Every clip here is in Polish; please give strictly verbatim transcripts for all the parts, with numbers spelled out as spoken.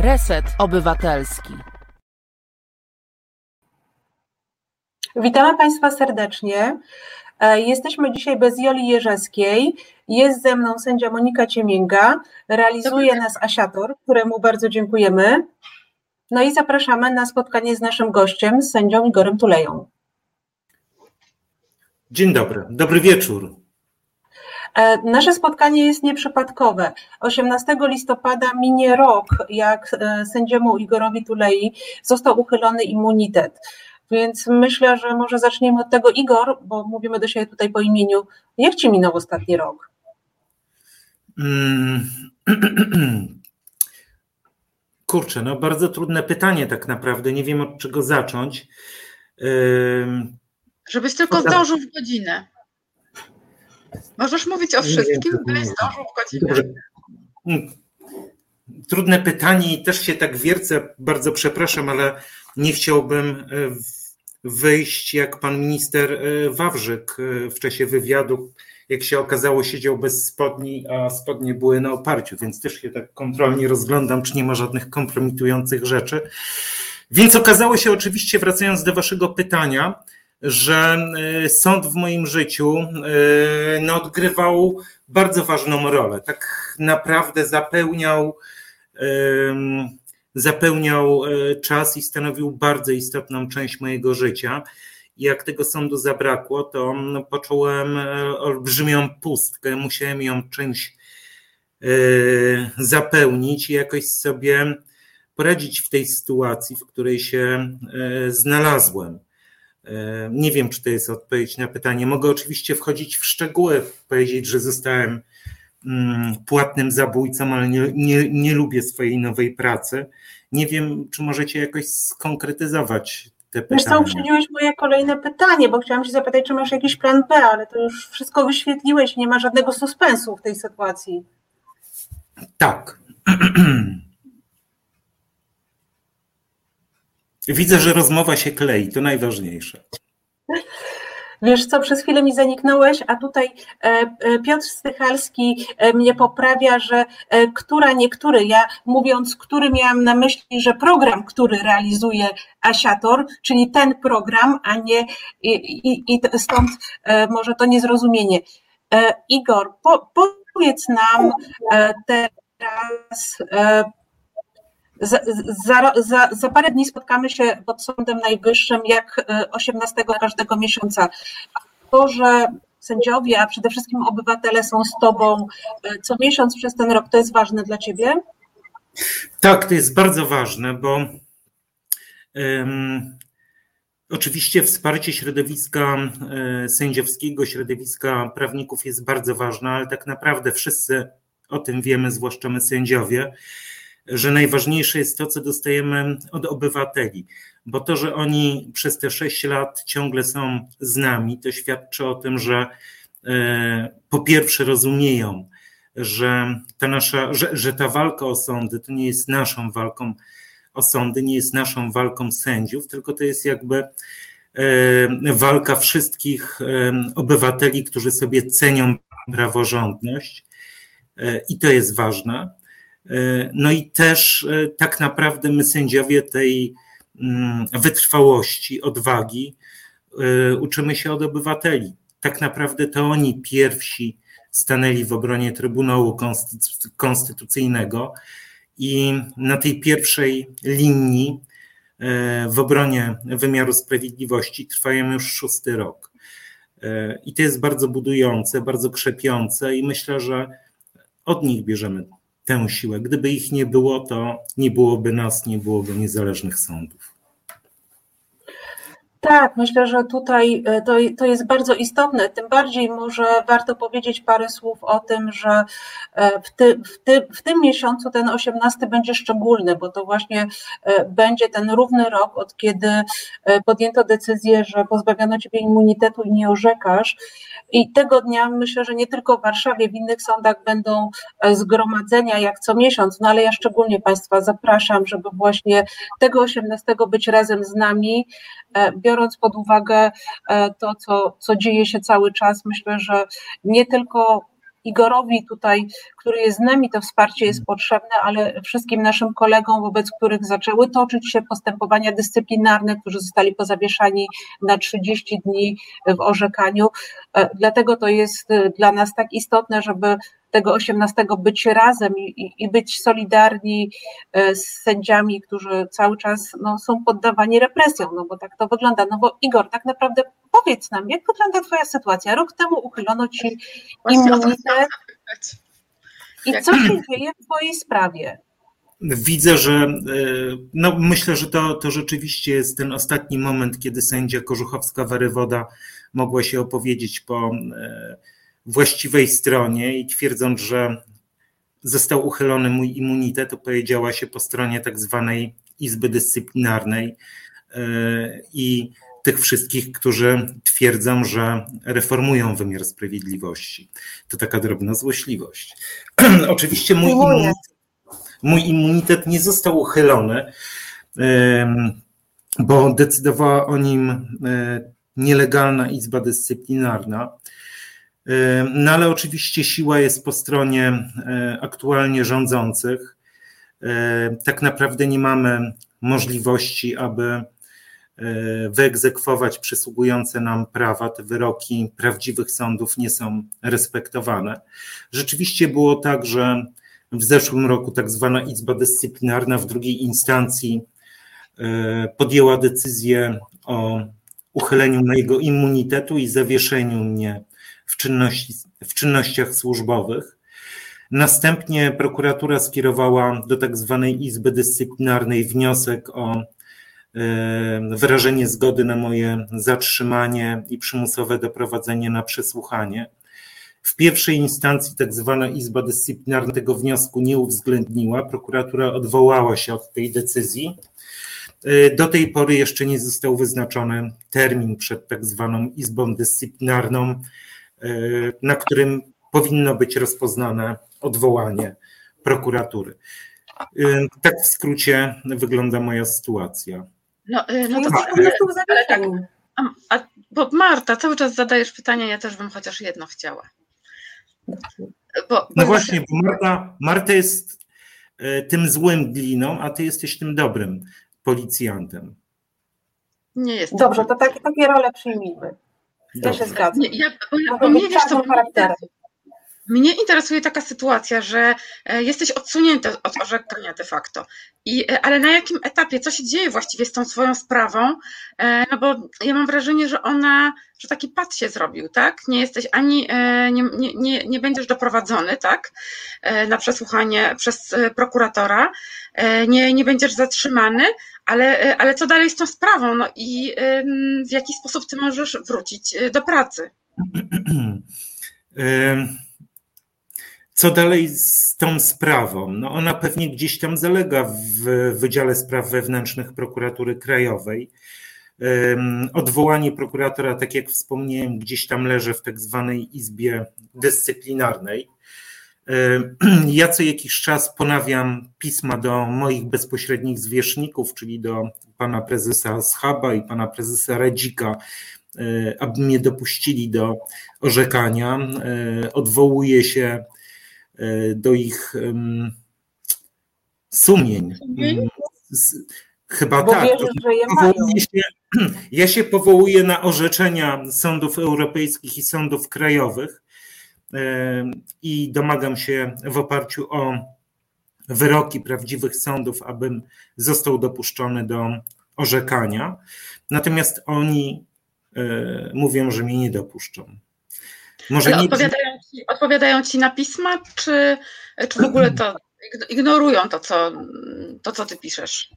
Reset Obywatelski. Witamy Państwa serdecznie. Jesteśmy dzisiaj bez Joli Jerzewskiej. Jest ze mną sędzia Monika Ciemięga. Realizuje nas Asiator, któremu bardzo dziękujemy. No i zapraszamy na spotkanie z naszym gościem, z sędzią Igorem Tuleją. Dzień dobry, dobry wieczór. Nasze spotkanie jest nieprzypadkowe. osiemnastego listopada minie rok, jak sędziemu Igorowi Tulei został uchylony immunitet. Więc myślę, że może zaczniemy od tego. Igor, bo mówimy do siebie tutaj po imieniu. Jak Ci minął ostatni rok? Hmm. Kurczę, no bardzo trudne pytanie tak naprawdę. Nie wiem, od czego zacząć. Żebyś tylko zdążył w godzinę. Możesz mówić o wszystkim, ale zdążył w godzinę. Dobrze. Trudne pytanie i też się tak wiercę, bardzo przepraszam, ale nie chciałbym wyjść jak pan minister Wawrzyk w czasie wywiadu. Jak się okazało, siedział bez spodni, a spodnie były na oparciu, więc też się tak kontrolnie rozglądam, czy nie ma żadnych kompromitujących rzeczy. Więc okazało się oczywiście, wracając do waszego pytania, że sąd w moim życiu no, odgrywał bardzo ważną rolę. Tak naprawdę zapełniał, zapełniał czas i stanowił bardzo istotną część mojego życia. I jak tego sądu zabrakło, to no, poczułem olbrzymią pustkę. Musiałem ją czymś zapełnić i jakoś sobie poradzić w tej sytuacji, w której się znalazłem. Nie wiem, czy to jest odpowiedź na pytanie. Mogę oczywiście wchodzić w szczegóły, powiedzieć, że zostałem płatnym zabójcą, ale nie, nie, nie lubię swojej nowej pracy. Nie wiem, czy możecie jakoś skonkretyzować te pytania. Wiesz co, uprzedziłeś moje kolejne pytanie, bo chciałam się zapytać, czy masz jakiś plan B, ale to już wszystko wyświetliłeś, nie ma żadnego suspensu w tej sytuacji. Tak. Widzę, że rozmowa się klei, to najważniejsze. Wiesz co, przez chwilę mi zaniknąłeś, a tutaj Piotr Stychalski mnie poprawia, że która, niektóry, ja mówiąc, który miałam na myśli, że program, który realizuje Asiator, czyli ten program, a nie i, i, i stąd może to niezrozumienie. Igor, po, powiedz nam teraz, Za, za, za, za parę dni spotkamy się pod Sądem Najwyższym, jak osiemnastego każdego miesiąca. To, że sędziowie, a przede wszystkim obywatele są z Tobą co miesiąc przez ten rok, to jest ważne dla Ciebie? Tak, to jest bardzo ważne, bo um, oczywiście wsparcie środowiska sędziowskiego, środowiska prawników jest bardzo ważne, ale tak naprawdę wszyscy o tym wiemy, zwłaszcza my sędziowie, że najważniejsze jest to, co dostajemy od obywateli, bo to, że oni przez te sześć lat ciągle są z nami, to świadczy o tym, że po pierwsze rozumieją, że ta nasza, że, że ta walka o sądy to nie jest naszą walką o sądy, nie jest naszą walką sędziów, tylko to jest jakby walka wszystkich obywateli, którzy sobie cenią praworządność i to jest ważne. No i też tak naprawdę my sędziowie tej wytrwałości, odwagi uczymy się od obywateli. Tak naprawdę to oni pierwsi stanęli w obronie Trybunału Konstytucyjnego i na tej pierwszej linii w obronie wymiaru sprawiedliwości trwają już szósty rok. I to jest bardzo budujące, bardzo krzepiące i myślę, że od nich bierzemy tę siłę. Gdyby ich nie było, to nie byłoby nas, nie byłoby niezależnych sądów. Tak, myślę, że tutaj to, to jest bardzo istotne. Tym bardziej może warto powiedzieć parę słów o tym, że w, ty, w, ty, w tym miesiącu ten osiemnasty będzie szczególny, bo to właśnie będzie ten równy rok, od kiedy podjęto decyzję, że pozbawiono Ciebie immunitetu i nie orzekasz. I tego dnia myślę, że nie tylko w Warszawie, w innych sądach będą zgromadzenia jak co miesiąc, no ale ja szczególnie Państwa zapraszam, żeby właśnie tego osiemnastego być razem z nami, biorąc pod uwagę to, co, co dzieje się cały czas. Myślę, że nie tylko Igorowi tutaj, który jest z nami, to wsparcie jest potrzebne, ale wszystkim naszym kolegom, wobec których zaczęły toczyć się postępowania dyscyplinarne, którzy zostali pozawieszani na trzydzieści dni w orzekaniu. Dlatego to jest dla nas tak istotne, żeby tego osiemnastego być razem i, i być solidarni z sędziami, którzy cały czas no, są poddawani represjom, no bo tak to wygląda. No bo Igor, tak naprawdę powiedz nam, jak wygląda twoja sytuacja? Rok temu uchylono ci immunitet i co się dzieje w twojej sprawie? Widzę, że no myślę, że to, to rzeczywiście jest ten ostatni moment, kiedy sędzia Korzuchowska-Warywoda mogła się opowiedzieć po właściwej stronie i twierdząc, że został uchylony mój immunitet, opowiedziała się po stronie tak zwanej Izby Dyscyplinarnej i tych wszystkich, którzy twierdzą, że reformują wymiar sprawiedliwości. To taka drobna złośliwość. Oczywiście mój immunitet, mój immunitet nie został uchylony, bo decydowała o nim nielegalna Izba Dyscyplinarna. No ale oczywiście siła jest po stronie aktualnie rządzących. Tak naprawdę nie mamy możliwości, aby wyegzekwować przysługujące nam prawa. Te wyroki prawdziwych sądów nie są respektowane. Rzeczywiście było tak, że w zeszłym roku tak zwana Izba Dyscyplinarna w drugiej instancji podjęła decyzję o uchyleniu mojego immunitetu i zawieszeniu mnie w, czynności, w czynnościach służbowych. Następnie prokuratura skierowała do tak zwanej Izby Dyscyplinarnej wniosek o wyrażenie zgody na moje zatrzymanie i przymusowe doprowadzenie na przesłuchanie. W pierwszej instancji tak zwana Izba Dyscyplinarna tego wniosku nie uwzględniła. Prokuratura odwołała się od tej decyzji. Do tej pory jeszcze nie został wyznaczony termin przed tak zwaną Izbą Dyscyplinarną, na którym powinno być rozpoznane odwołanie prokuratury. Tak w skrócie wygląda moja sytuacja. No, no to ale, ale tak, a, a, bo Marta, cały czas zadajesz pytania, ja też bym chociaż jedno chciała. Bo, no właśnie, bo Marta, Marta jest tym złym gliną, a ty jesteś tym dobrym policjantem. Nie jest. Dobrze, to tak, takie role przyjmijmy. Ja Dobrze. się zgadzam. Nie, ja, bo, bo mnie, wiesz, co, mnie interesuje taka sytuacja, że jesteś odsunięty od orzekania de facto. I, ale na jakim etapie, co się dzieje właściwie z tą swoją sprawą? No bo ja mam wrażenie, że ona, że taki pad się zrobił, tak? Nie jesteś ani, nie, nie, nie, nie będziesz doprowadzony, tak? Na przesłuchanie przez prokuratora, nie, nie będziesz zatrzymany, ale, ale co dalej z tą sprawą? No i w jaki sposób ty możesz wrócić do pracy? Co dalej z tą sprawą? No ona pewnie gdzieś tam zalega w Wydziale Spraw Wewnętrznych Prokuratury Krajowej. Odwołanie prokuratora, tak jak wspomniałem, gdzieś tam leży w tak zwanej Izbie Dyscyplinarnej. Ja co jakiś czas ponawiam pisma do moich bezpośrednich zwierzchników, czyli do pana prezesa Schaba i pana prezesa Radzika, aby mnie dopuścili do orzekania. Odwołuję się do ich sumień. Chyba Bo tak. wierzysz, że je mają. Się, ja się powołuję na orzeczenia sądów europejskich i sądów krajowych i domagam się w oparciu o wyroki prawdziwych sądów, abym został dopuszczony do orzekania. Natomiast oni mówią, że mnie nie dopuszczą. Może Ale nie... odpowiadają, ci, odpowiadają ci na pisma, czy, czy w ogóle to ignorują to co, to, co ty piszesz?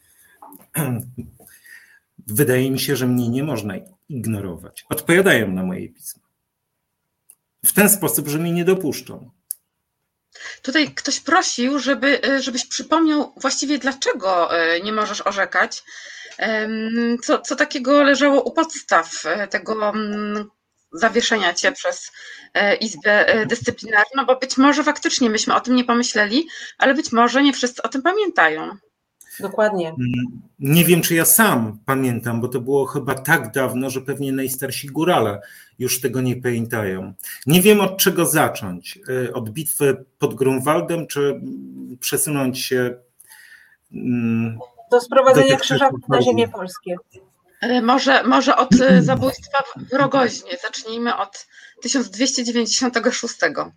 Wydaje mi się, że mnie nie można ignorować. Odpowiadają na moje pisma. W ten sposób, że mnie nie dopuszczą. Tutaj ktoś prosił, żeby, żebyś przypomniał właściwie, dlaczego nie możesz orzekać. Co, co takiego leżało u podstaw tego zawieszenia cię przez Izbę Dyscyplinarną, bo być może faktycznie myśmy o tym nie pomyśleli, ale być może nie wszyscy o tym pamiętają. Dokładnie. Nie wiem, czy ja sam pamiętam, bo to było chyba tak dawno, że pewnie najstarsi górale już tego nie pamiętają. Nie wiem, od czego zacząć. Od bitwy pod Grunwaldem, czy przesunąć się do sprowadzenia do krzyżaków na ziemię polskie. Może, może od zabójstwa w Rogoźnie. Zacznijmy od tysiąc dwieście dziewięćdziesiątego szóstego.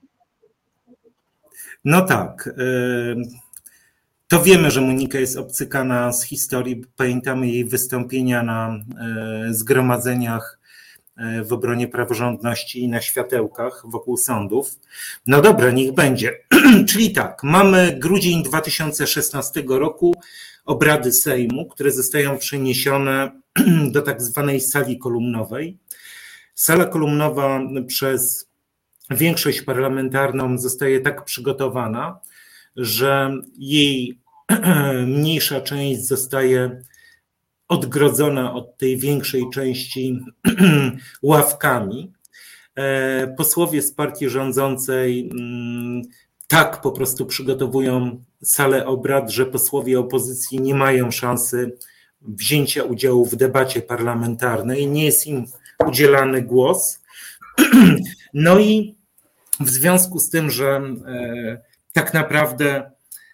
No tak. To wiemy, że Monika jest obcykana z historii. Pamiętamy jej wystąpienia na zgromadzeniach w obronie praworządności i na światełkach wokół sądów. No dobra, niech będzie. Czyli tak, mamy grudzień dwa tysiące szesnastego roku, obrady Sejmu, które zostają przeniesione do tak zwanej sali kolumnowej. Sala kolumnowa przez większość parlamentarną zostaje tak przygotowana, że jej mniejsza część zostaje odgrodzona od tej większej części ławkami. Posłowie z partii rządzącej tak po prostu przygotowują salę obrad, że posłowie opozycji nie mają szansy wzięcia udziału w debacie parlamentarnej, nie jest im udzielany głos. No i w związku z tym, że tak naprawdę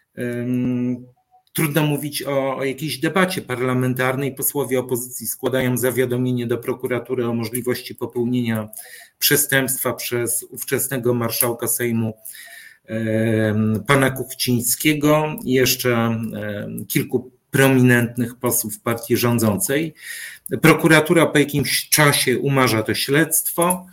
trudno mówić o, o jakiejś debacie parlamentarnej, posłowie opozycji składają zawiadomienie do prokuratury o możliwości popełnienia przestępstwa przez ówczesnego marszałka Sejmu pana Kuchcińskiego i jeszcze kilku prominentnych posłów partii rządzącej. Prokuratura po jakimś czasie umarza to śledztwo.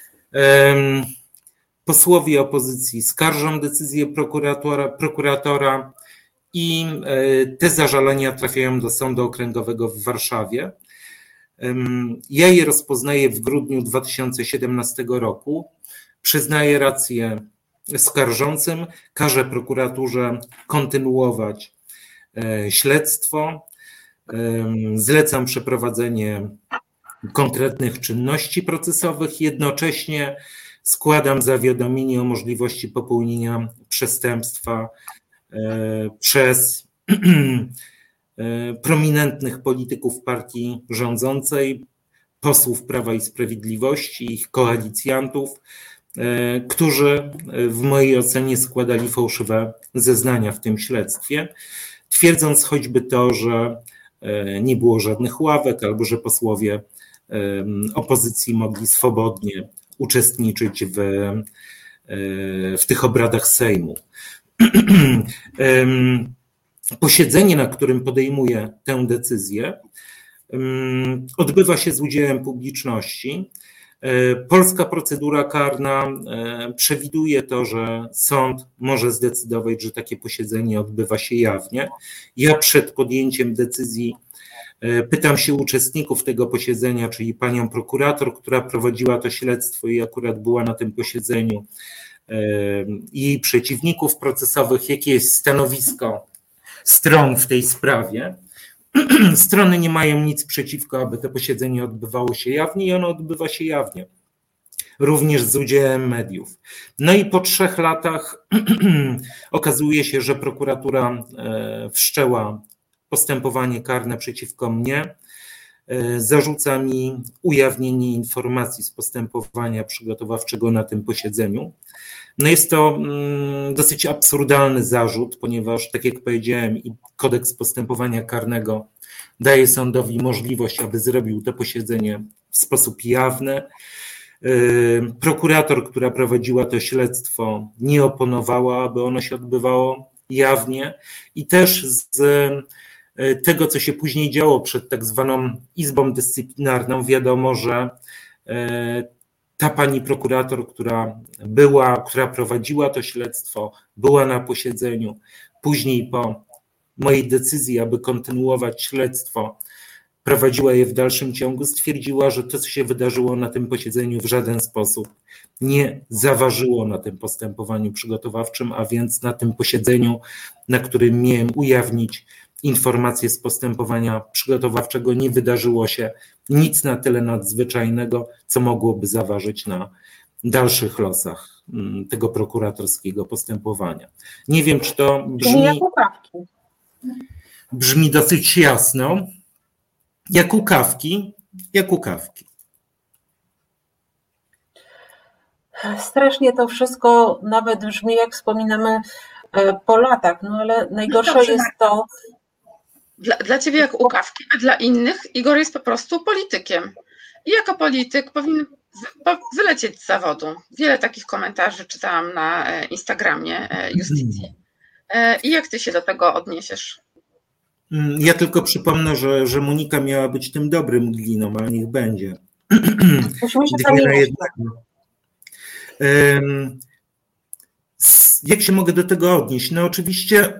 Posłowie opozycji skarżą decyzję prokuratora, prokuratora i te zażalenia trafiają do Sądu Okręgowego w Warszawie. Ja je rozpoznaję w grudniu dwa tysiące siedemnastego roku. Przyznaję rację skarżącym, każę prokuraturze kontynuować śledztwo, zlecam przeprowadzenie konkretnych czynności procesowych, jednocześnie składam zawiadomienie o możliwości popełnienia przestępstwa przez prominentnych polityków partii rządzącej, posłów Prawa i Sprawiedliwości, ich koalicjantów, którzy w mojej ocenie składali fałszywe zeznania w tym śledztwie, twierdząc choćby to, że nie było żadnych ławek albo że posłowie opozycji mogli swobodnie uczestniczyć w, w tych obradach Sejmu. Posiedzenie, na którym podejmuję tę decyzję, odbywa się z udziałem publiczności. Polska procedura karna przewiduje to, że sąd może zdecydować, że takie posiedzenie odbywa się jawnie. Ja przed podjęciem decyzji pytam się uczestników tego posiedzenia, czyli panią prokurator, która prowadziła to śledztwo i akurat była na tym posiedzeniu, i jej przeciwników procesowych, jakie jest stanowisko stron w tej sprawie. Strony nie mają nic przeciwko, aby to posiedzenie odbywało się jawnie i ono odbywa się jawnie, również z udziałem mediów. No i po trzech latach okazuje się, że prokuratura wszczęła postępowanie karne przeciwko mnie, zarzuca mi ujawnienie informacji z postępowania przygotowawczego na tym posiedzeniu. No jest to dosyć absurdalny zarzut, ponieważ, tak jak powiedziałem, i kodeks postępowania karnego daje sądowi możliwość, aby zrobił to posiedzenie w sposób jawny. Prokurator, która prowadziła to śledztwo, nie oponowała, aby ono się odbywało jawnie i też z tego, co się później działo przed tak zwaną Izbą Dyscyplinarną, wiadomo, że ta pani prokurator, która była, która prowadziła to śledztwo, była na posiedzeniu, później po mojej decyzji, aby kontynuować śledztwo, prowadziła je w dalszym ciągu, stwierdziła, że to, co się wydarzyło na tym posiedzeniu, w żaden sposób nie zaważyło na tym postępowaniu przygotowawczym, a więc na tym posiedzeniu, na którym miałem ujawnić informacje z postępowania przygotowawczego, nie wydarzyło się nic na tyle nadzwyczajnego, co mogłoby zaważyć na dalszych losach tego prokuratorskiego postępowania. Nie wiem, czy to brzmi... Czyli jak poprawki. brzmi dosyć jasno, jak u Kafki, jak u Kafki. Strasznie to wszystko nawet brzmi, jak wspominamy po latach, no ale najgorsze no jest to... Dla, dla ciebie jak u Kafki, a dla innych Igor jest po prostu politykiem. I jako polityk powinien wylecieć z zawodu. Wiele takich komentarzy czytałam na Instagramie Justicji. I jak ty się do tego odniesiesz? Ja tylko przypomnę, że, że Monika miała być tym dobrym gliną, ale niech będzie. Musimy się zamienić. Jak się mogę do tego odnieść? No oczywiście,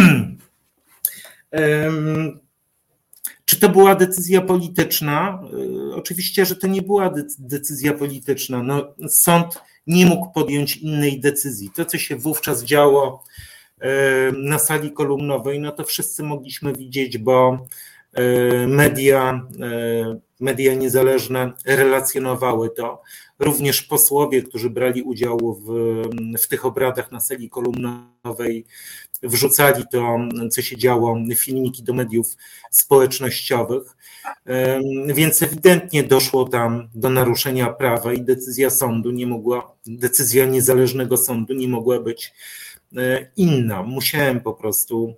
czy to była decyzja polityczna? Oczywiście, że to nie była decyzja polityczna. No, sąd nie mógł podjąć innej decyzji. To, co się wówczas działo na sali kolumnowej, no to wszyscy mogliśmy widzieć, bo media, media niezależne relacjonowały to. Również posłowie, którzy brali udział w, w tych obradach na sali kolumnowej, wrzucali to, co się działo, filmiki do mediów społecznościowych, więc ewidentnie doszło tam do naruszenia prawa i decyzja sądu nie mogła, decyzja niezależnego sądu nie mogła być inna. Musiałem po prostu,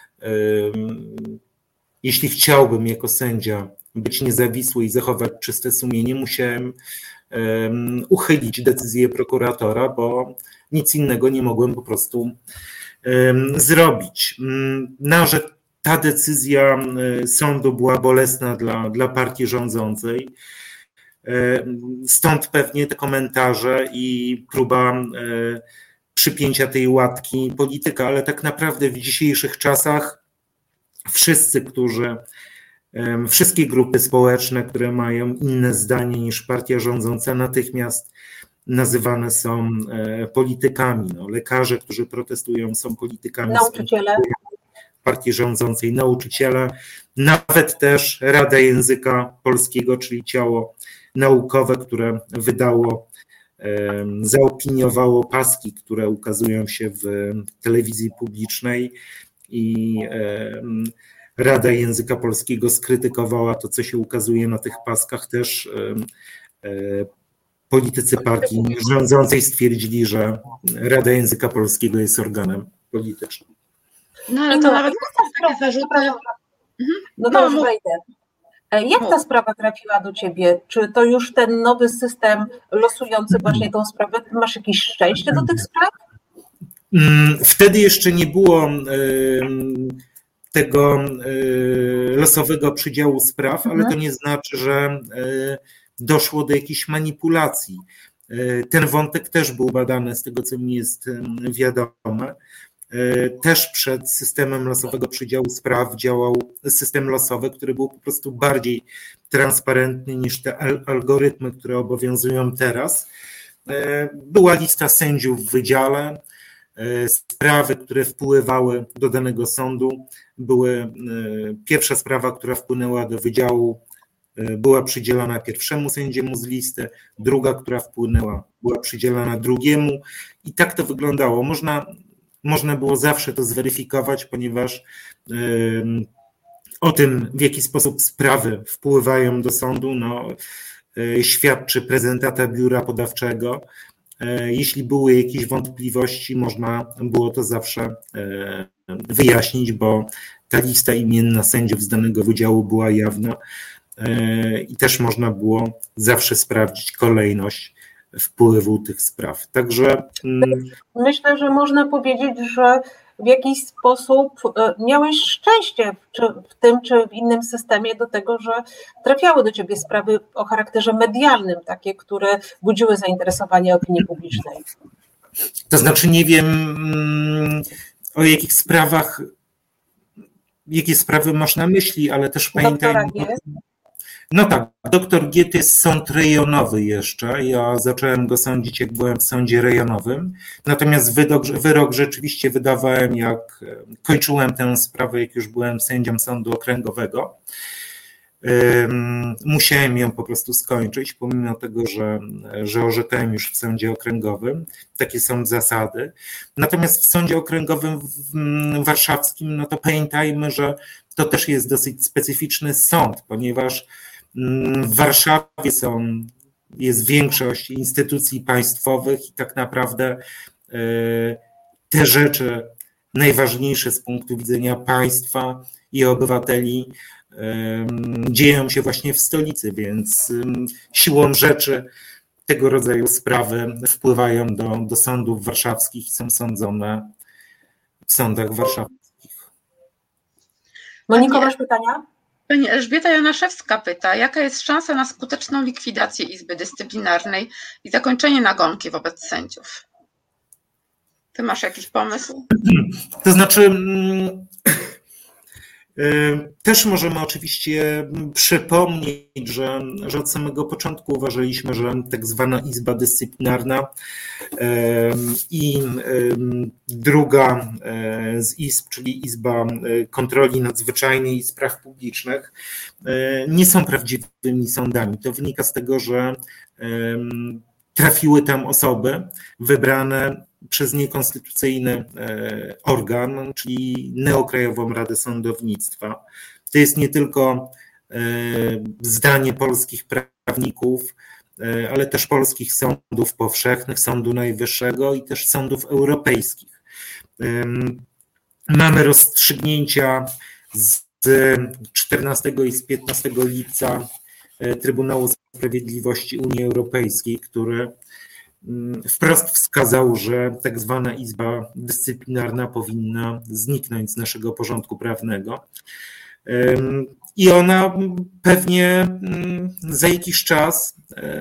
jeśli chciałbym jako sędzia być niezawisły i zachować czyste sumienie, musiałem uchylić decyzję prokuratora, bo nic innego nie mogłem po prostu zrobić. No, że ta decyzja sądu była bolesna dla, dla partii rządzącej, stąd pewnie te komentarze i próba przypięcia tej łatki polityka, ale tak naprawdę w dzisiejszych czasach wszyscy, którzy Wszystkie grupy społeczne, które mają inne zdanie niż partia rządząca, natychmiast nazywane są politykami. No, lekarze, którzy protestują, są politykami. Nauczyciele. Partii rządzącej, nauczyciele, nawet też Rada Języka Polskiego, czyli ciało naukowe, które wydało, zaopiniowało paski, które ukazują się w telewizji publicznej i Rada Języka Polskiego skrytykowała to, co się ukazuje na tych paskach. Też politycy partii rządzącej stwierdzili, że Rada Języka Polskiego jest organem politycznym. No ale to nawet takie zarzuty... No to już wejdę. Jak ta sprawa trafiła do ciebie? Czy to już ten nowy system losujący właśnie tą sprawę? Masz jakieś szczęście do tych spraw? Wtedy jeszcze nie było tego losowego przydziału spraw, ale to nie znaczy, że doszło do jakichś manipulacji. Ten wątek też był badany, z tego co mi jest wiadome. Też przed systemem losowego przydziału spraw działał system losowy, który był po prostu bardziej transparentny niż te algorytmy, które obowiązują teraz. Była lista sędziów w wydziale, sprawy, które wpływały do danego sądu. Były, pierwsza sprawa, która wpłynęła do wydziału, była przydzielana pierwszemu sędziemu z listy, druga, która wpłynęła, była przydzielana drugiemu i tak to wyglądało. Można Można było zawsze to zweryfikować, ponieważ o tym, w jaki sposób sprawy wpływają do sądu, no, świadczy prezentata biura podawczego. Jeśli były jakieś wątpliwości, można było to zawsze wyjaśnić, bo ta lista imienna sędziów z danego wydziału była jawna i też można było zawsze sprawdzić kolejność wpływu tych spraw. Także myślę, że można powiedzieć, że w jakiś sposób miałeś szczęście czy w tym czy w innym systemie do tego, że trafiały do ciebie sprawy o charakterze medialnym, takie, które budziły zainteresowanie opinii publicznej. To znaczy nie wiem, o jakich sprawach, jakie sprawy masz na myśli, ale też pamiętaj. No tak, doktor G to jest sąd rejonowy jeszcze. Ja zacząłem go sądzić, jak byłem w sądzie rejonowym. Natomiast wyrok, wyrok rzeczywiście wydawałem, jak kończyłem tę sprawę, jak już byłem sędzią sądu okręgowego. Musiałem ją po prostu skończyć, pomimo tego, że, że orzekałem już w sądzie okręgowym. Takie są zasady. Natomiast w sądzie okręgowym warszawskim, no to pamiętajmy, że to też jest dosyć specyficzny sąd, ponieważ w Warszawie są, jest większość instytucji państwowych i tak naprawdę te rzeczy najważniejsze z punktu widzenia państwa i obywateli dzieją się właśnie w stolicy, więc siłą rzeczy tego rodzaju sprawy wpływają do, do sądów warszawskich i są sądzone w sądach warszawskich. Moniko, masz pytania? Pani Elżbieta Janaszewska pyta, jaka jest szansa na skuteczną likwidację Izby Dyscyplinarnej i zakończenie nagonki wobec sędziów? Ty masz jakiś pomysł? To znaczy, też możemy oczywiście przypomnieć, że, że od samego początku uważaliśmy, że tak zwana Izba Dyscyplinarna i druga z izb, czyli Izba Kontroli Nadzwyczajnej i Spraw Publicznych, nie są prawdziwymi sądami. To wynika z tego, że trafiły tam osoby wybrane przez niekonstytucyjny organ, czyli Neokrajową Radę Sądownictwa. To jest nie tylko zdanie polskich prawników, ale też polskich sądów powszechnych, Sądu Najwyższego i też sądów europejskich. Mamy rozstrzygnięcia z czternastego i z piętnastego lipca Trybunału Sprawiedliwości Unii Europejskiej, który wprost wskazał, że tak zwana Izba Dyscyplinarna powinna zniknąć z naszego porządku prawnego. I ona pewnie za jakiś czas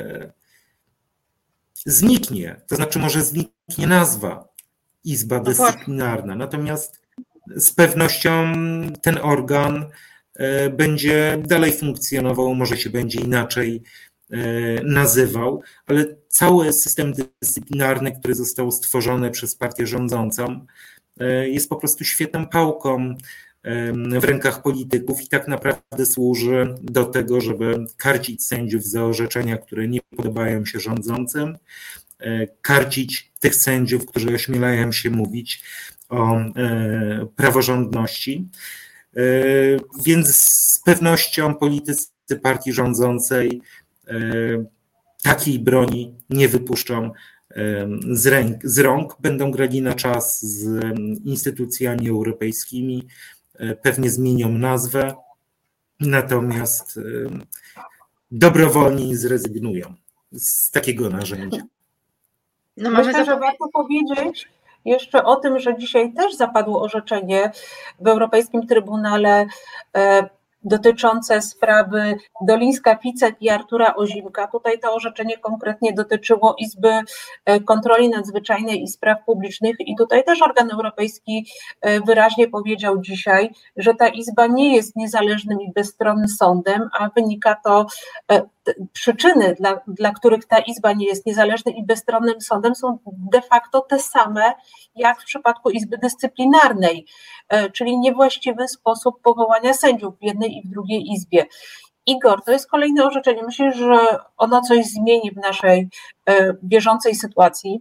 zniknie, to znaczy może zniknie nazwa Izba Dyscyplinarna, natomiast z pewnością ten organ będzie dalej funkcjonował, może się będzie inaczej nazywał, ale cały system dyscyplinarny, który został stworzony przez partię rządzącą, jest po prostu świetną pałką w rękach polityków i tak naprawdę służy do tego, żeby karcić sędziów za orzeczenia, które nie podobają się rządzącym, karcić tych sędziów, którzy ośmielają się mówić o praworządności. Więc z pewnością politycy partii rządzącej takiej broni nie wypuszczą z, ręk, z rąk, będą grali na czas z instytucjami europejskimi, pewnie zmienią nazwę, natomiast dobrowolnie zrezygnują z takiego narzędzia. No Myślę, że warto powiedzieć jeszcze o tym, że dzisiaj też zapadło orzeczenie w Europejskim Trybunale dotyczące sprawy Dolińska-Ficek i Artura Ozimka. Tutaj to orzeczenie konkretnie dotyczyło Izby Kontroli Nadzwyczajnej i Spraw Publicznych i tutaj też organ europejski wyraźnie powiedział dzisiaj, że ta Izba nie jest niezależnym i bezstronnym sądem, a wynika to, przyczyny, dla, dla których ta Izba nie jest niezależnym i bezstronnym sądem, są de facto te same jak w przypadku Izby Dyscyplinarnej, czyli niewłaściwy sposób powołania sędziów w jednej i w drugiej izbie. Igor, to jest kolejne orzeczenie. Myślisz, że ono coś zmieni w naszej bieżącej sytuacji?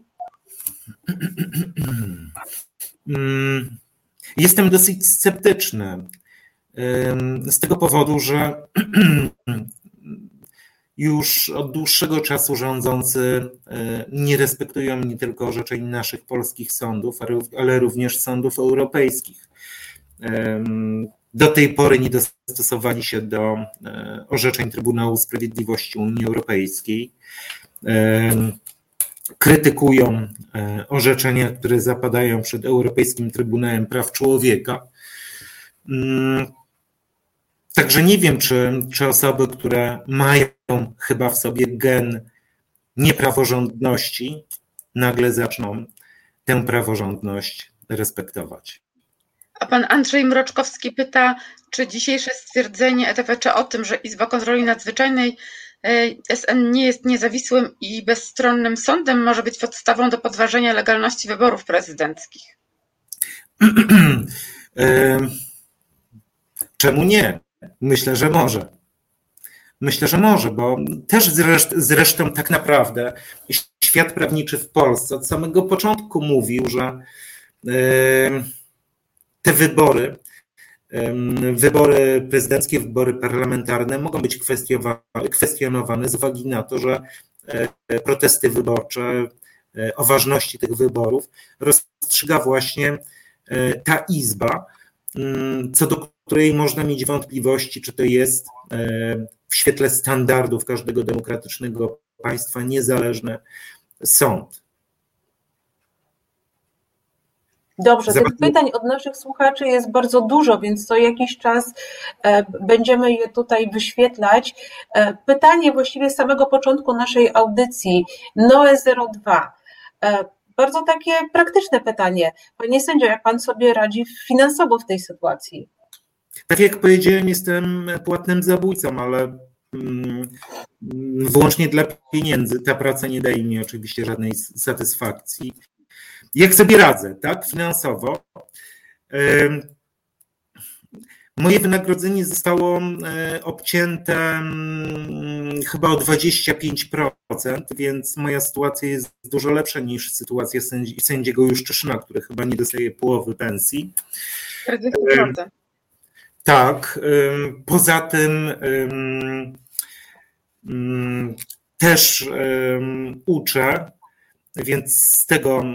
Jestem dosyć sceptyczny z tego powodu, że już od dłuższego czasu rządzący nie respektują nie tylko orzeczeń naszych polskich sądów, ale również sądów europejskich. Do tej pory nie dostosowali się do orzeczeń Trybunału Sprawiedliwości Unii Europejskiej. Krytykują orzeczenia, które zapadają przed Europejskim Trybunałem Praw Człowieka. Także nie wiem, czy, czy osoby, które mają chyba w sobie gen niepraworządności, nagle zaczną tę praworządność respektować. A pan Andrzej Mroczkowski pyta, czy dzisiejsze stwierdzenie E T V Cze o tym, że Izba Kontroli Nadzwyczajnej S N nie jest niezawisłym i bezstronnym sądem, może być podstawą do podważenia legalności wyborów prezydenckich? Czemu nie? Myślę, że może. Myślę, że może, bo też zresztą, zresztą tak naprawdę świat prawniczy w Polsce od samego początku mówił, że te wybory, wybory prezydenckie, wybory parlamentarne mogą być kwestionowane z uwagi na to, że protesty wyborcze o ważności tych wyborów rozstrzyga właśnie ta Izba, co do której można mieć wątpliwości, czy to jest w świetle standardów każdego demokratycznego państwa niezależny sąd. Dobrze, Zobacz... tych pytań od naszych słuchaczy jest bardzo dużo, więc co jakiś czas będziemy je tutaj wyświetlać. Pytanie właściwie z samego początku naszej audycji, Noe zero dwa. Bardzo takie praktyczne pytanie. Panie sędzio, jak pan sobie radzi finansowo w tej sytuacji? Tak jak powiedziałem, jestem płatnym zabójcą, ale wyłącznie dla pieniędzy. Ta praca nie daje mi oczywiście żadnej satysfakcji. Jak sobie radzę, tak, finansowo? Moje wynagrodzenie zostało obcięte chyba o dwadzieścia pięć procent, więc moja sytuacja jest dużo lepsza niż sytuacja sędzi, sędziego Juszczyszyna, który chyba nie dostaje połowy pensji. czterdzieści procent. Tak, poza tym też uczę, więc z tego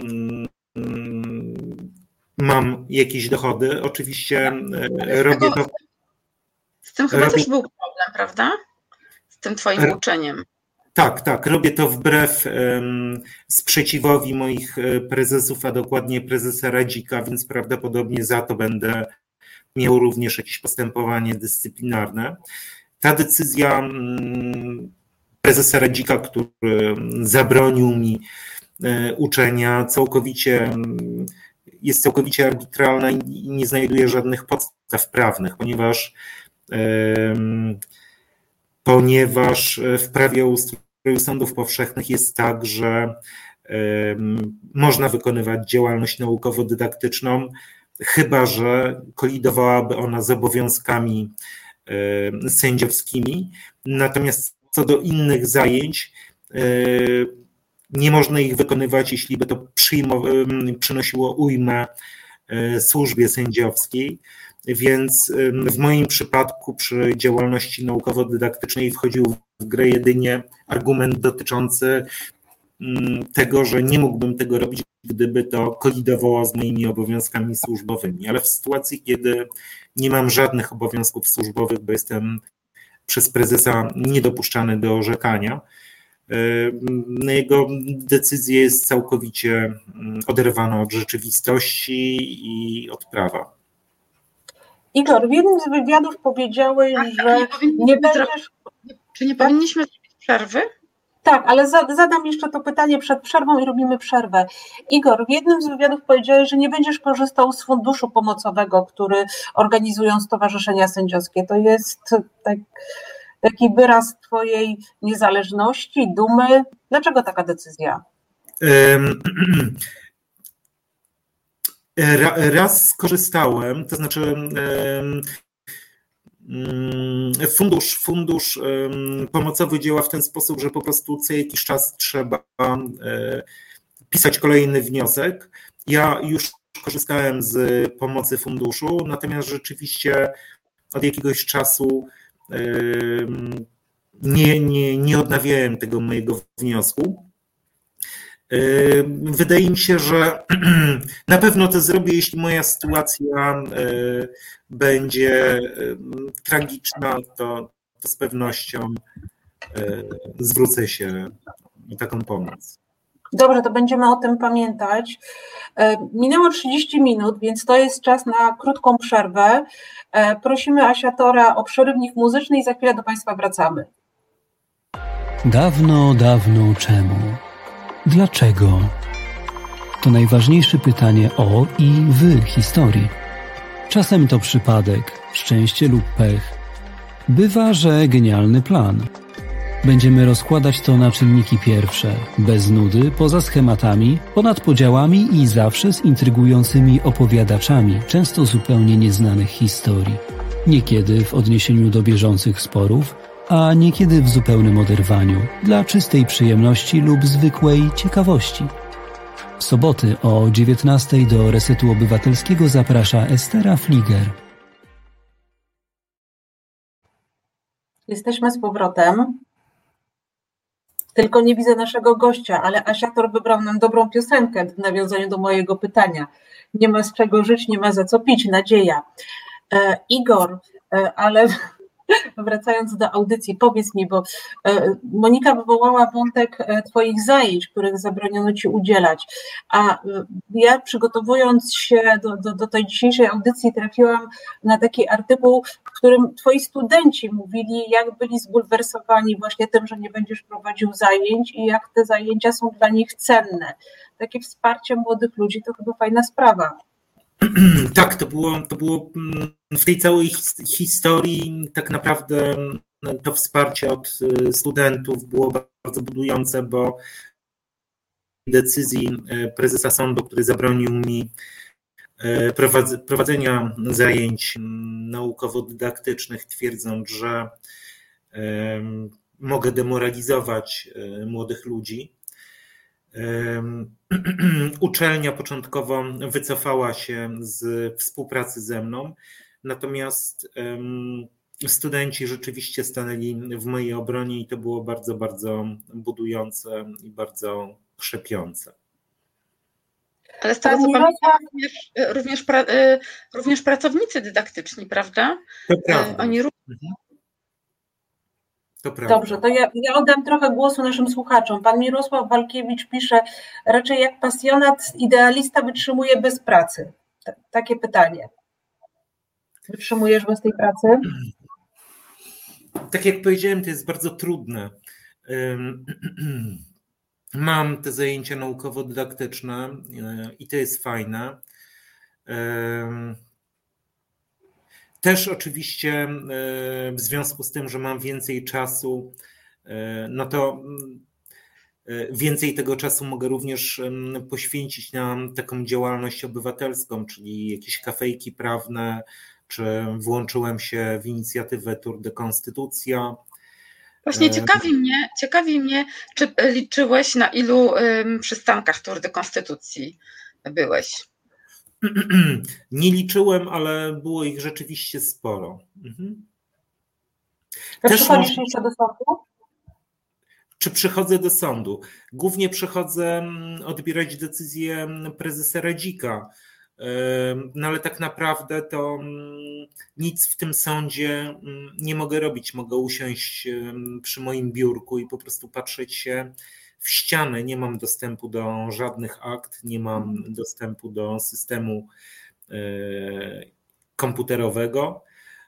mam jakieś dochody. Oczywiście robię to... Z tym chyba robię... też był problem, prawda? Z tym twoim uczeniem. Tak, tak. Robię to wbrew um, sprzeciwowi moich prezesów, a dokładnie prezesa Radzika, więc prawdopodobnie za to będę miał również jakieś postępowanie dyscyplinarne. Ta decyzja um, prezesa Radzika, który zabronił mi um, uczenia, całkowicie um, jest całkowicie arbitralna i nie znajduje żadnych podstaw prawnych, ponieważ um, ponieważ w prawie o ustroju sądów powszechnych jest tak, że um, można wykonywać działalność naukowo-dydaktyczną, chyba że kolidowałaby ona z obowiązkami um, sędziowskimi. Natomiast co do innych zajęć, um, nie można ich wykonywać, jeśli by to przyjmow- przynosiło ujmę um, służbie sędziowskiej. Więc w moim przypadku przy działalności naukowo-dydaktycznej wchodził w grę jedynie argument dotyczący tego, że nie mógłbym tego robić, gdyby to kolidowało z moimi obowiązkami służbowymi. Ale w sytuacji, kiedy nie mam żadnych obowiązków służbowych, bo jestem przez prezesa niedopuszczany do orzekania, jego decyzja jest całkowicie oderwana od rzeczywistości i od prawa. Igor, w jednym z wywiadów powiedziałeś, tak, że nie, nie będziesz... Czy nie powinniśmy zrobić przerwy? Tak, ale zadam jeszcze to pytanie przed przerwą i robimy przerwę. Igor, w jednym z wywiadów powiedziałeś, że nie będziesz korzystał z funduszu pomocowego, który organizują stowarzyszenia sędziowskie. To jest tak, taki wyraz twojej niezależności, dumy. Dlaczego taka decyzja? Um. Raz skorzystałem, to znaczy fundusz, fundusz pomocowy działa w ten sposób, że po prostu co jakiś czas trzeba pisać kolejny wniosek. Ja już korzystałem z pomocy funduszu, natomiast rzeczywiście od jakiegoś czasu nie, nie, nie odnawiałem tego mojego wniosku. Wydaje mi się, że na pewno to zrobię, jeśli moja sytuacja będzie tragiczna, to, to z pewnością zwrócę się o taką pomoc. Dobrze, to będziemy o tym pamiętać. Minęło trzydzieści minut, więc to jest czas na krótką przerwę. Prosimy Asiatora o przerywnik muzyczny i za chwilę do Państwa wracamy. Dawno, dawno czemu? Dlaczego? To najważniejsze pytanie o i w historii. Czasem to przypadek, szczęście lub pech. Bywa, że genialny plan. Będziemy rozkładać to na czynniki pierwsze, bez nudy, poza schematami, ponad podziałami i zawsze z intrygującymi opowiadaczami, często zupełnie nieznanych historii. Niekiedy w odniesieniu do bieżących sporów, a niekiedy w zupełnym oderwaniu, dla czystej przyjemności lub zwykłej ciekawości. W soboty o dziewiętnastej do Resetu Obywatelskiego zaprasza Estera Fliger. Jesteśmy z powrotem. Tylko nie widzę naszego gościa, ale Asiator wybrał nam dobrą piosenkę w nawiązaniu do mojego pytania. Nie ma z czego żyć, nie ma za co pić, nadzieja. E, Igor, e, ale wracając do audycji, powiedz mi, bo e, Monika wywołała wątek e, Twoich zajęć, których zabroniono Ci udzielać, a e, ja przygotowując się do, do, do tej dzisiejszej audycji trafiłam na taki artykuł, w którym Twoi studenci mówili, jak byli zbulwersowani właśnie tym, że nie będziesz prowadził zajęć i jak te zajęcia są dla nich cenne. Takie wsparcie młodych ludzi to chyba fajna sprawa. Tak, to było, to było w tej całej historii tak naprawdę to wsparcie od studentów było bardzo budujące, bo decyzji prezesa sądu, który zabronił mi prowadzenia zajęć naukowo-dydaktycznych, twierdząc, że mogę demoralizować młodych ludzi. Uczelnia początkowo wycofała się z współpracy ze mną, natomiast studenci rzeczywiście stanęli w mojej obronie i to było bardzo, bardzo budujące i bardzo krzepiące. Ale z tego co pamiętam, również, również, pra, również pracownicy dydaktyczni, prawda? To prawda. Oni również. To prawda. Dobrze, to ja, ja oddam trochę głosu naszym słuchaczom. Pan Mirosław Walkiewicz pisze, raczej jak pasjonat, idealista wytrzymuje bez pracy. T- takie pytanie. Wytrzymujesz bez tej pracy? Tak jak powiedziałem, to jest bardzo trudne. Mam te zajęcia naukowo-dydaktyczne i to jest fajne. Też oczywiście w związku z tym, że mam więcej czasu, no to więcej tego czasu mogę również poświęcić na taką działalność obywatelską, czyli jakieś kafejki prawne, czy włączyłem się w inicjatywę Tour de Konstytucja. Właśnie ciekawi mnie, ciekawi mnie, czy liczyłeś, na ilu przystankach Tour de Konstytucji byłeś? Nie liczyłem, ale było ich rzeczywiście sporo. Mhm. Też przychodzisz może... jeszcze do sądu? Czy przychodzę do sądu? Głównie przychodzę odbierać decyzję prezesa Radzika, no ale tak naprawdę to nic w tym sądzie nie mogę robić. Mogę usiąść przy moim biurku i po prostu patrzeć się w ścianę. Nie mam dostępu do żadnych akt, nie mam dostępu do systemu komputerowego.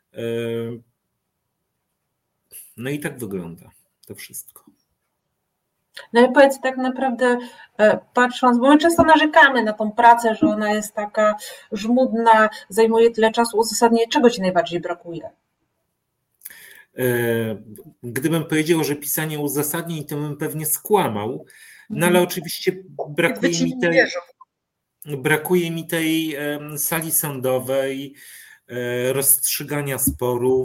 No i tak wygląda to wszystko. No i powiedz tak naprawdę, patrząc, bo my często narzekamy na tą pracę, że ona jest taka żmudna, zajmuje tyle czasu, uzasadnienie, czego Ci najbardziej brakuje? Gdybym powiedział, że pisanie uzasadnień, to bym pewnie skłamał, no ale oczywiście brakuje mi tej, brakuje mi tej sali sądowej, rozstrzygania sporów,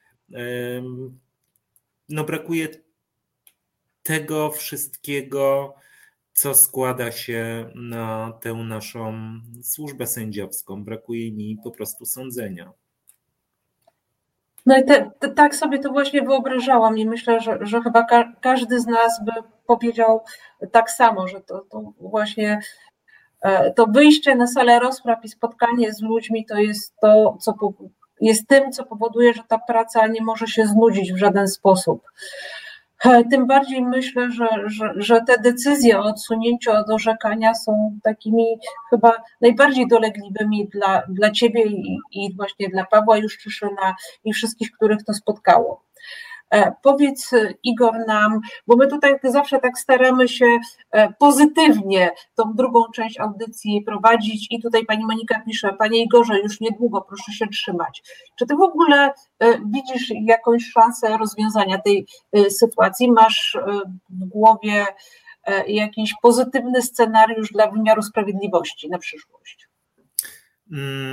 no brakuje tego wszystkiego, co składa się na tę naszą służbę sędziowską. Brakuje mi po prostu sądzenia. No i te, te, tak sobie to właśnie wyobrażałam i myślę, że, że chyba ka- każdy z nas by powiedział tak samo, że to, to właśnie to wyjście na salę rozpraw i spotkanie z ludźmi to jest to, co po, jest tym, co powoduje, że ta praca nie może się znudzić w żaden sposób. Tym bardziej myślę, że, że, że te decyzje o odsunięciu od orzekania są takimi chyba najbardziej dolegliwymi dla, dla Ciebie i, i właśnie dla Pawła Juszczyszyna i wszystkich, których to spotkało. Powiedz, Igor, nam, bo my tutaj zawsze tak staramy się pozytywnie tą drugą część audycji prowadzić i tutaj pani Monika pisze, panie Igorze, już niedługo, proszę się trzymać. Czy ty w ogóle widzisz jakąś szansę rozwiązania tej sytuacji? Masz w głowie jakiś pozytywny scenariusz dla wymiaru sprawiedliwości na przyszłość?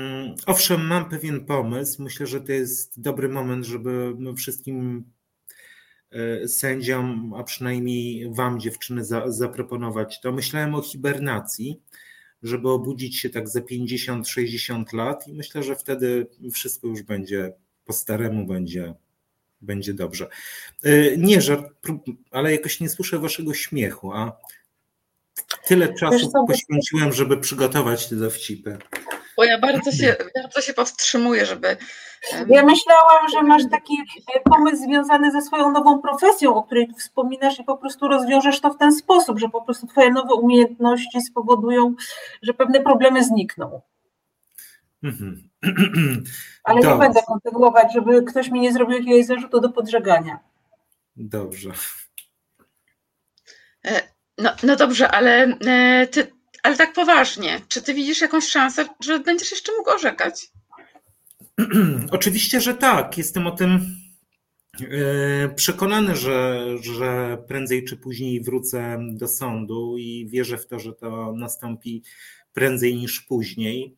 Owszem, mam pewien pomysł. Myślę, że to jest dobry moment, żeby wszystkim sędziom, a przynajmniej wam, dziewczyny, za, zaproponować, to myślałem o hibernacji, żeby obudzić się tak za pięćdziesiąt sześćdziesiąt lat i myślę, że wtedy wszystko już będzie po staremu, będzie, będzie dobrze. Nie żart, ale jakoś nie słyszę waszego śmiechu, a tyle czasu poświęciłem, żeby przygotować te dowcipy. Bo ja bardzo się, bardzo się powstrzymuję, żeby... Ja myślałam, że masz taki pomysł związany ze swoją nową profesją, o której wspominasz i po prostu rozwiążesz to w ten sposób, że po prostu twoje nowe umiejętności spowodują, że pewne problemy znikną. Mhm. Ale Dobrze. nie będę kontynuować, żeby ktoś mi nie zrobił jakiegoś zarzutu do podżegania. Dobrze. No, no dobrze, ale ty, ale tak poważnie, czy ty widzisz jakąś szansę, że będziesz jeszcze mógł orzekać? Oczywiście, że tak. Jestem o tym przekonany, że, że prędzej czy później wrócę do sądu i wierzę w to, że to nastąpi prędzej niż później.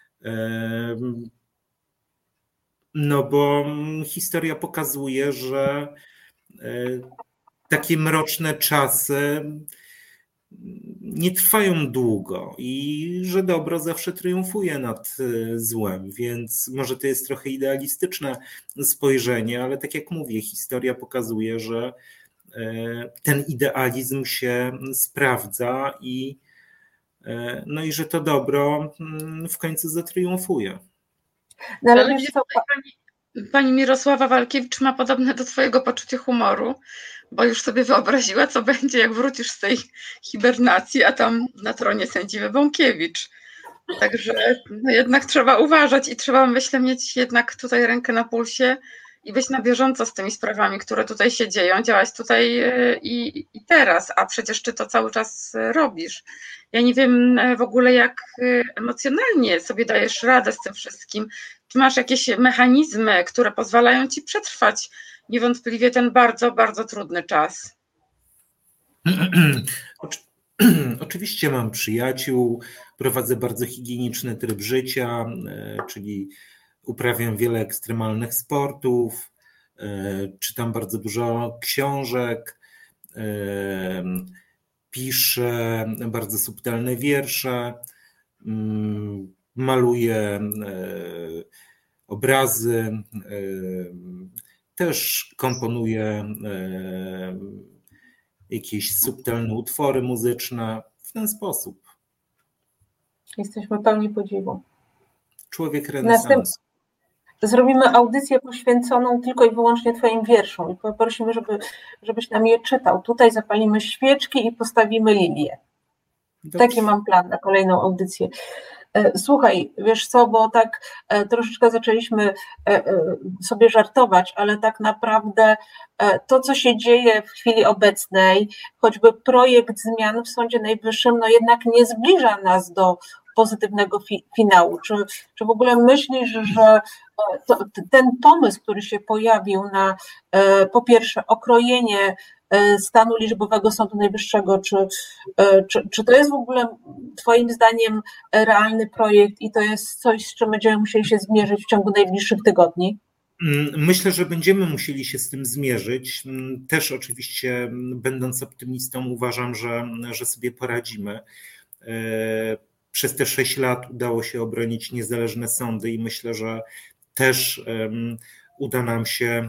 No bo historia pokazuje, że takie mroczne czasy nie trwają długo i że dobro zawsze triumfuje nad złem, więc może to jest trochę idealistyczne spojrzenie, ale tak jak mówię, historia pokazuje, że ten idealizm się sprawdza i, no i że to dobro w końcu zatriumfuje. No ale wiesz co, pani, pani Mirosława Walkiewicz ma podobne do twojego poczucie humoru, bo już sobie wyobraziła, co będzie, jak wrócisz z tej hibernacji, a tam na tronie sędzi Bąkiewicz. Także no jednak trzeba uważać i trzeba, myślę, mieć jednak tutaj rękę na pulsie i być na bieżąco z tymi sprawami, które tutaj się dzieją, działać tutaj i, i teraz, a przecież ty to cały czas robisz. Ja nie wiem w ogóle, jak emocjonalnie sobie dajesz radę z tym wszystkim. Czy masz jakieś mechanizmy, które pozwalają ci przetrwać niewątpliwie ten bardzo, bardzo trudny czas? Oczywiście mam przyjaciół, prowadzę bardzo higieniczny tryb życia, czyli uprawiam wiele ekstremalnych sportów, czytam bardzo dużo książek, piszę bardzo subtelne wiersze, maluję obrazy, też komponuję jakieś subtelne utwory muzyczne w ten sposób. Jesteśmy pełni podziwu. Człowiek renesansu. Zrobimy audycję poświęconą tylko i wyłącznie twoim wierszom i poprosimy, żeby, żebyś nam je czytał. Tutaj zapalimy świeczki i postawimy lilię. Dobrze. Taki mam plan na kolejną audycję. Słuchaj, wiesz co, bo tak troszeczkę zaczęliśmy sobie żartować, ale tak naprawdę to, co się dzieje w chwili obecnej, choćby projekt zmian w Sądzie Najwyższym, no jednak nie zbliża nas do pozytywnego fi- finału. Czy, czy w ogóle myślisz, że to, ten pomysł, który się pojawił na po pierwsze okrojenie stanu liczbowego Sądu Najwyższego, czy, czy, czy to jest w ogóle twoim zdaniem realny projekt i to jest coś, z czym będziemy musieli się zmierzyć w ciągu najbliższych tygodni? Myślę, że będziemy musieli się z tym zmierzyć. Też oczywiście, będąc optymistą, uważam, że, że sobie poradzimy. Przez te sześć lat udało się obronić niezależne sądy i myślę, że też uda nam się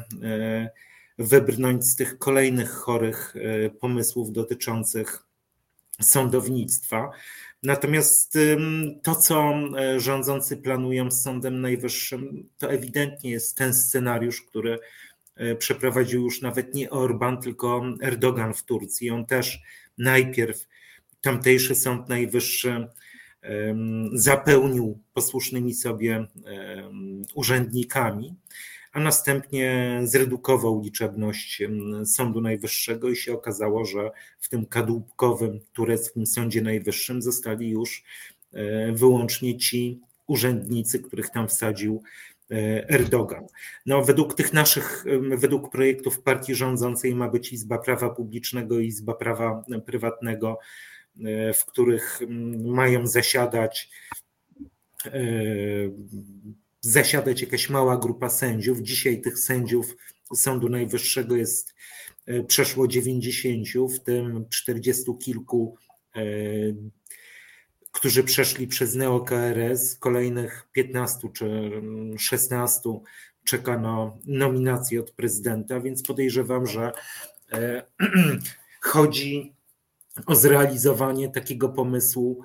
wybrnąć z tych kolejnych chorych pomysłów dotyczących sądownictwa. Natomiast to, co rządzący planują z Sądem Najwyższym, to ewidentnie jest ten scenariusz, który przeprowadził już nawet nie Orban, tylko Erdogan w Turcji. On też najpierw tamtejszy Sąd Najwyższy zapełnił posłusznymi sobie urzędnikami, a następnie zredukował liczebność Sądu Najwyższego i się okazało, że w tym kadłubkowym tureckim Sądzie Najwyższym zostali już wyłącznie ci urzędnicy, których tam wsadził Erdogan. No, według tych naszych, według projektów partii rządzącej ma być Izba Prawa Publicznego i Izba Prawa Prywatnego, w których mają zasiadać zasiadać jakaś mała grupa sędziów. Dzisiaj tych sędziów Sądu Najwyższego jest przeszło dziewięćdziesięciu, w tym czterdziestu kilku, którzy przeszli przez neo-K R S, kolejnych piętnastu czy szesnastu czeka na nominację od prezydenta, więc podejrzewam, że chodzi o zrealizowanie takiego pomysłu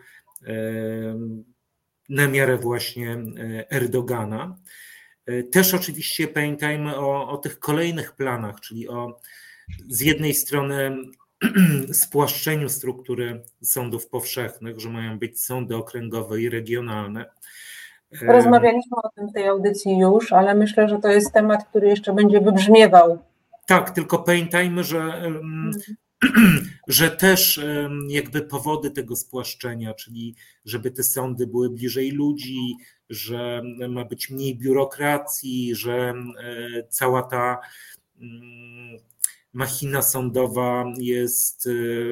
na miarę właśnie Erdogana. Też oczywiście pamiętajmy o, o tych kolejnych planach, czyli o z jednej strony spłaszczeniu struktury sądów powszechnych, że mają być sądy okręgowe i regionalne. Rozmawialiśmy o tym w tej audycji już, ale myślę, że to jest temat, który jeszcze będzie wybrzmiewał. Tak, tylko pamiętajmy, że, hmm. że też jakby powody tego spłaszczenia, czyli żeby te sądy były bliżej ludzi, że ma być mniej biurokracji, że cała ta machina sądowa jest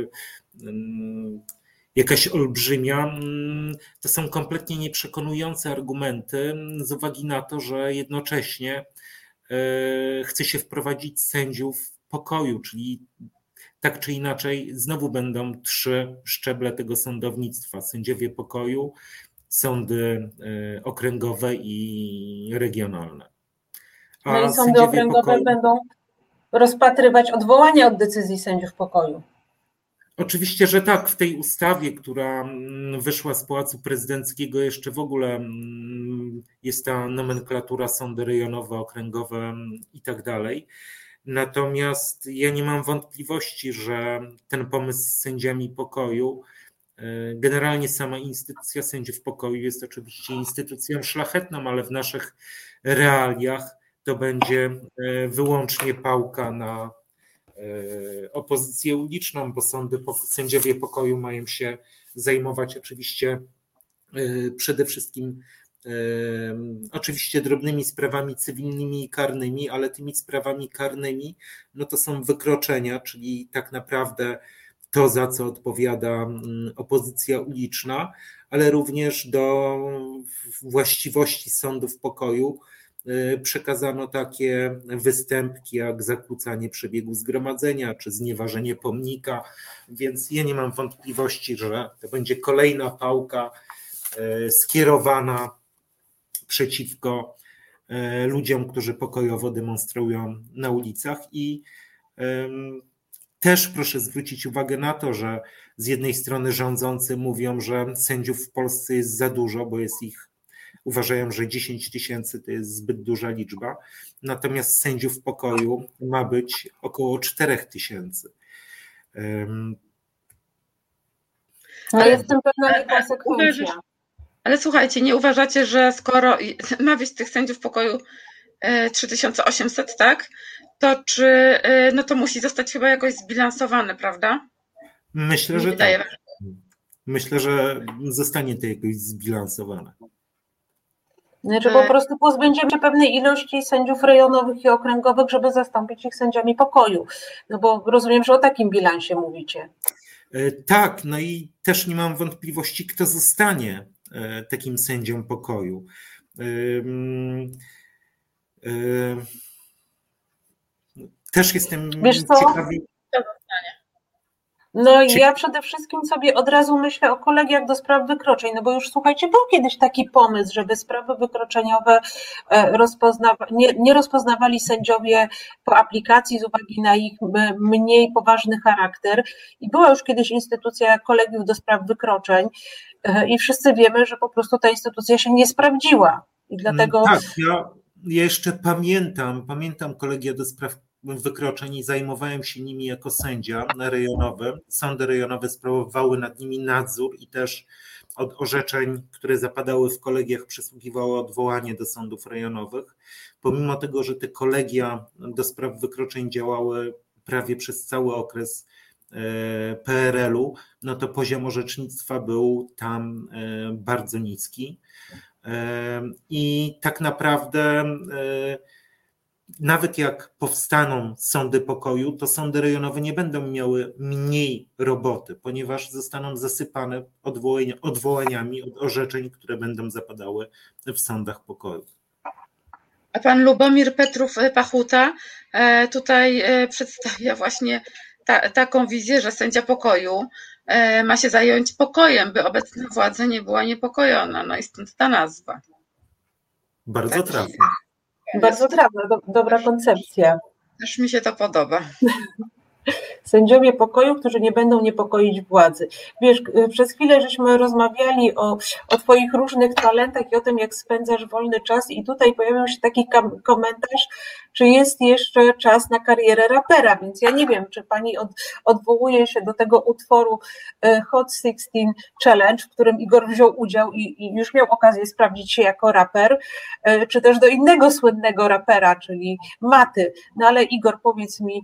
jakaś olbrzymia, to są kompletnie nieprzekonujące argumenty z uwagi na to, że jednocześnie chce się wprowadzić sędziów pokoju, czyli tak czy inaczej znowu będą trzy szczeble tego sądownictwa: sędziowie pokoju, sądy okręgowe i regionalne. A no i sądy okręgowe pokoju będą rozpatrywać odwołania od decyzji sędziów pokoju. Oczywiście, że tak. W tej ustawie, która wyszła z Pałacu Prezydenckiego, jeszcze w ogóle jest ta nomenklatura sądy rejonowe, okręgowe i tak dalej. Natomiast ja nie mam wątpliwości, że ten pomysł z sędziami pokoju, generalnie sama instytucja sędziów pokoju jest oczywiście instytucją szlachetną, ale w naszych realiach to będzie wyłącznie pałka na opozycję uliczną, bo sądy, sędziowie pokoju mają się zajmować oczywiście przede wszystkim oczywiście drobnymi sprawami cywilnymi i karnymi, ale tymi sprawami karnymi no to są wykroczenia, czyli tak naprawdę to, za co odpowiada opozycja uliczna, ale również do właściwości sądów pokoju przekazano takie występki jak zakłócanie przebiegu zgromadzenia czy znieważenie pomnika, więc ja nie mam wątpliwości, że to będzie kolejna pałka skierowana przeciwko ludziom, którzy pokojowo demonstrują na ulicach. I też proszę zwrócić uwagę na to, że z jednej strony rządzący mówią, że sędziów w Polsce jest za dużo, bo jest ich, uważają, że dziesięć tysięcy to jest zbyt duża liczba, natomiast sędziów pokoju ma być około czterech tysięcy. Ale jest w tym pewna niekonsekwencja. Ale słuchajcie, nie uważacie, że skoro ma być tych sędziów pokoju trzy tysiące osiemset, tak? To czy no to musi zostać chyba jakoś zbilansowane, prawda? Myślę, że tak. Myślę, że zostanie to jakoś zbilansowane. Znaczy po prostu pozbędziemy się pewnej ilości sędziów rejonowych i okręgowych, żeby zastąpić ich sędziami pokoju. No bo rozumiem, że o takim bilansie mówicie. Tak, no i też nie mam wątpliwości, kto zostanie takim sędzią pokoju. Też jestem Wiesz co? ciekawy. No i ja przede wszystkim sobie od razu myślę o kolegiach do spraw wykroczeń, no bo już słuchajcie, był kiedyś taki pomysł, żeby sprawy wykroczeniowe rozpoznawa- nie, nie rozpoznawali sędziowie po aplikacji z uwagi na ich mniej poważny charakter i była już kiedyś instytucja kolegiów do spraw wykroczeń i wszyscy wiemy, że po prostu ta instytucja się nie sprawdziła i dlatego... Tak, ja jeszcze pamiętam, pamiętam kolegia do spraw wykroczeń i zajmowałem się nimi jako sędzia rejonowy. Sądy rejonowe sprawowały nad nimi nadzór i też od orzeczeń, które zapadały w kolegiach, przysługiwało odwołanie do sądów rejonowych. Pomimo tego, że te kolegia do spraw wykroczeń działały prawie przez cały okres P R L-u, no to poziom orzecznictwa był tam bardzo niski. I tak naprawdę nawet jak powstaną sądy pokoju, to sądy rejonowe nie będą miały mniej roboty, ponieważ zostaną zasypane odwołania, odwołaniami od orzeczeń, które będą zapadały w sądach pokoju. A pan Lubomir Petrów-Pachuta tutaj przedstawia właśnie ta, taką wizję, że sędzia pokoju ma się zająć pokojem, by obecna władza nie była niepokojona. No i stąd ta nazwa. Bardzo tak, trafna. Bardzo trafna, do, dobra koncepcja. Też mi się to podoba. Sędziowie pokoju, którzy nie będą niepokoić władzy. Wiesz, przez chwilę żeśmy rozmawiali o, o twoich różnych talentach i o tym, jak spędzasz wolny czas i tutaj pojawił się taki komentarz, czy jest jeszcze czas na karierę rapera, więc ja nie wiem, czy pani od, odwołuje się do tego utworu Hot szesnaście Challenge, w którym Igor wziął udział i, i już miał okazję sprawdzić się jako raper, czy też do innego słynnego rapera, czyli Maty. No ale Igor, powiedz mi,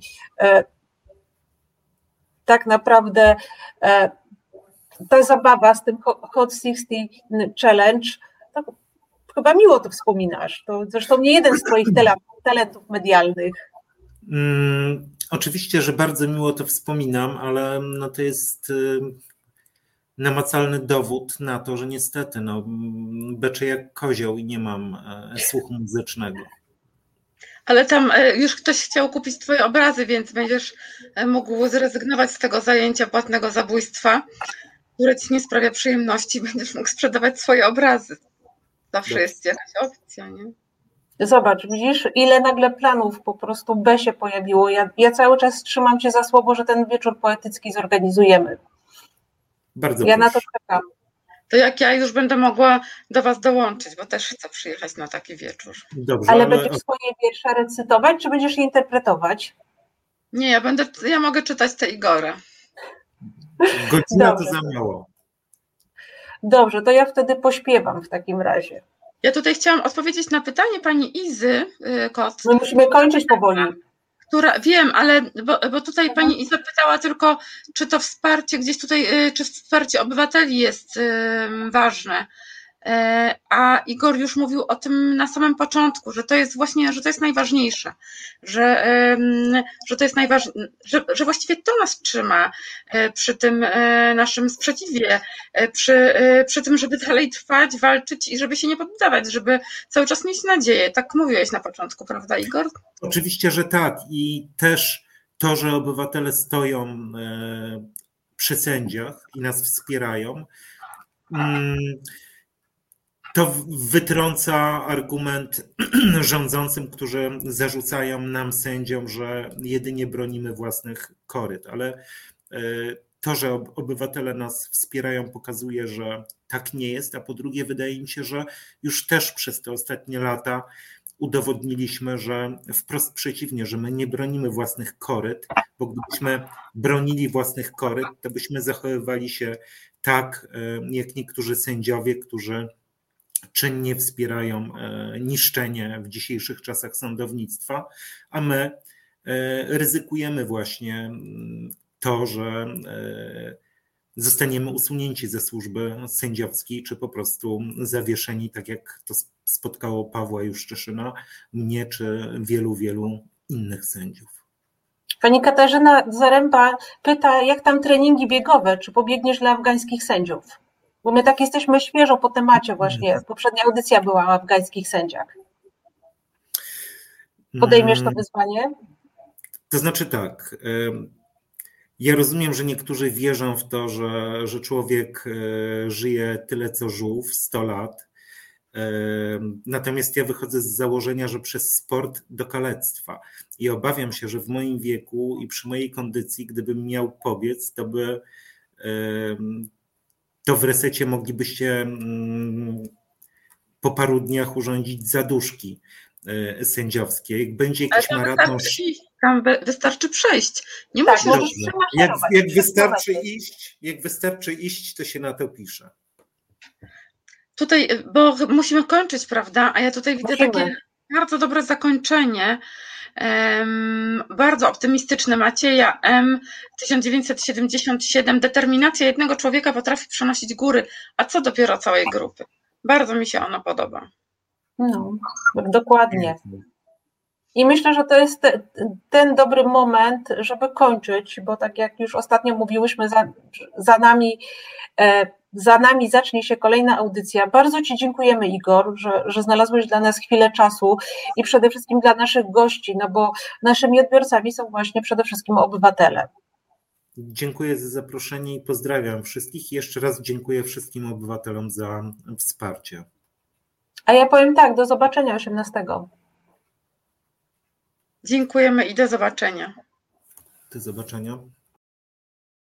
tak naprawdę ta zabawa z tym Hot szesnaście Challenge, to chyba miło to wspominasz. To zresztą nie jeden z twoich talentów medialnych. Hmm, oczywiście, że bardzo miło to wspominam, ale no to jest namacalny dowód na to, że niestety no, beczę jak kozioł i nie mam słuchu muzycznego. Ale tam już ktoś chciał kupić twoje obrazy, więc będziesz mógł zrezygnować z tego zajęcia płatnego zabójstwa, które ci nie sprawia przyjemności, będziesz mógł sprzedawać swoje obrazy. Zawsze Dobrze. Jest jakaś opcja, nie? Zobacz, widzisz, ile nagle planów po prostu B się pojawiło. Ja, ja cały czas trzymam cię za słowo, że ten wieczór poetycki zorganizujemy. Bardzo Ja proszę. na to czekam. To jak ja już będę mogła do was dołączyć, bo też chcę przyjechać na taki wieczór. Dobrze, ale, ale będziesz swoje wiersze recytować, czy będziesz je interpretować? Nie, ja będę, ja mogę czytać te Igora. Godzina to za mało. Dobrze, to ja wtedy pośpiewam w takim razie. Ja tutaj chciałam odpowiedzieć na pytanie pani Izy Kot. My musimy kończyć powoli. Która, wiem, ale bo, bo tutaj pani Iza pytała tylko, czy to wsparcie gdzieś tutaj, czy wsparcie obywateli jest ważne. A Igor już mówił o tym na samym początku, że to jest właśnie, że to jest najważniejsze, że, że to jest najważniejsze, że, że właściwie to nas trzyma przy tym naszym sprzeciwie, przy, przy tym, żeby dalej trwać, walczyć i żeby się nie poddawać, żeby cały czas mieć nadzieję. Tak mówiłeś na początku, prawda, Igor? Oczywiście, że tak. I też to, że obywatele stoją przy sędziach i nas wspierają, to wytrąca argument rządzącym, którzy zarzucają nam, sędziom, że jedynie bronimy własnych koryt. Ale to, że obywatele nas wspierają, pokazuje, że tak nie jest, a po drugie wydaje mi się, że już też przez te ostatnie lata udowodniliśmy, że wprost przeciwnie, że my nie bronimy własnych koryt, bo gdybyśmy bronili własnych koryt, to byśmy zachowywali się tak, jak niektórzy sędziowie, którzy czynnie wspierają niszczenie w dzisiejszych czasach sądownictwa, a my ryzykujemy właśnie to, że zostaniemy usunięci ze służby sędziowskiej, czy po prostu zawieszeni, tak jak to spotkało Pawła Juszczyszyna, mnie czy wielu, wielu innych sędziów. Pani Katarzyna Zaręba pyta, jak tam treningi biegowe, czy pobiegniesz dla afgańskich sędziów? Bo my tak jesteśmy świeżo po temacie właśnie. Poprzednia audycja była o afgańskich sędziach. Podejmiesz to wyzwanie? To znaczy tak. Ja rozumiem, że niektórzy wierzą w to, że, że człowiek żyje tyle co żółw, sto lat. Natomiast ja wychodzę z założenia, że przez sport do kalectwa. I obawiam się, że w moim wieku i przy mojej kondycji, gdybym miał pobiec, to by to w resecie moglibyście po paru dniach urządzić zaduszki sędziowskie. Jak będzie jakiś maraton... Tam wystarczy przejść. Nie tak, musisz jak, jak wystarczy iść, jak wystarczy iść, to się na to pisze. Tutaj, bo musimy kończyć, prawda? A ja tutaj widzę musimy. Takie bardzo dobre zakończenie. Um, bardzo optymistyczne. Macieja M. tysiąc dziewięćset siedemdziesiąt siedem. Determinacja jednego człowieka potrafi przenosić góry, a co dopiero całej grupy. Bardzo mi się ono podoba. No, dokładnie. I myślę, że to jest te, ten dobry moment, żeby kończyć, bo tak jak już ostatnio mówiłyśmy, za, za nami za nami zacznie się kolejna audycja. Bardzo Ci dziękujemy, Igor, że, że znalazłeś dla nas chwilę czasu i przede wszystkim dla naszych gości, no bo naszymi odbiorcami są właśnie przede wszystkim obywatele. Dziękuję za zaproszenie i pozdrawiam wszystkich. Jeszcze raz dziękuję wszystkim obywatelom za wsparcie. A ja powiem tak, do zobaczenia osiemnastego. Dziękujemy i do zobaczenia. Do zobaczenia.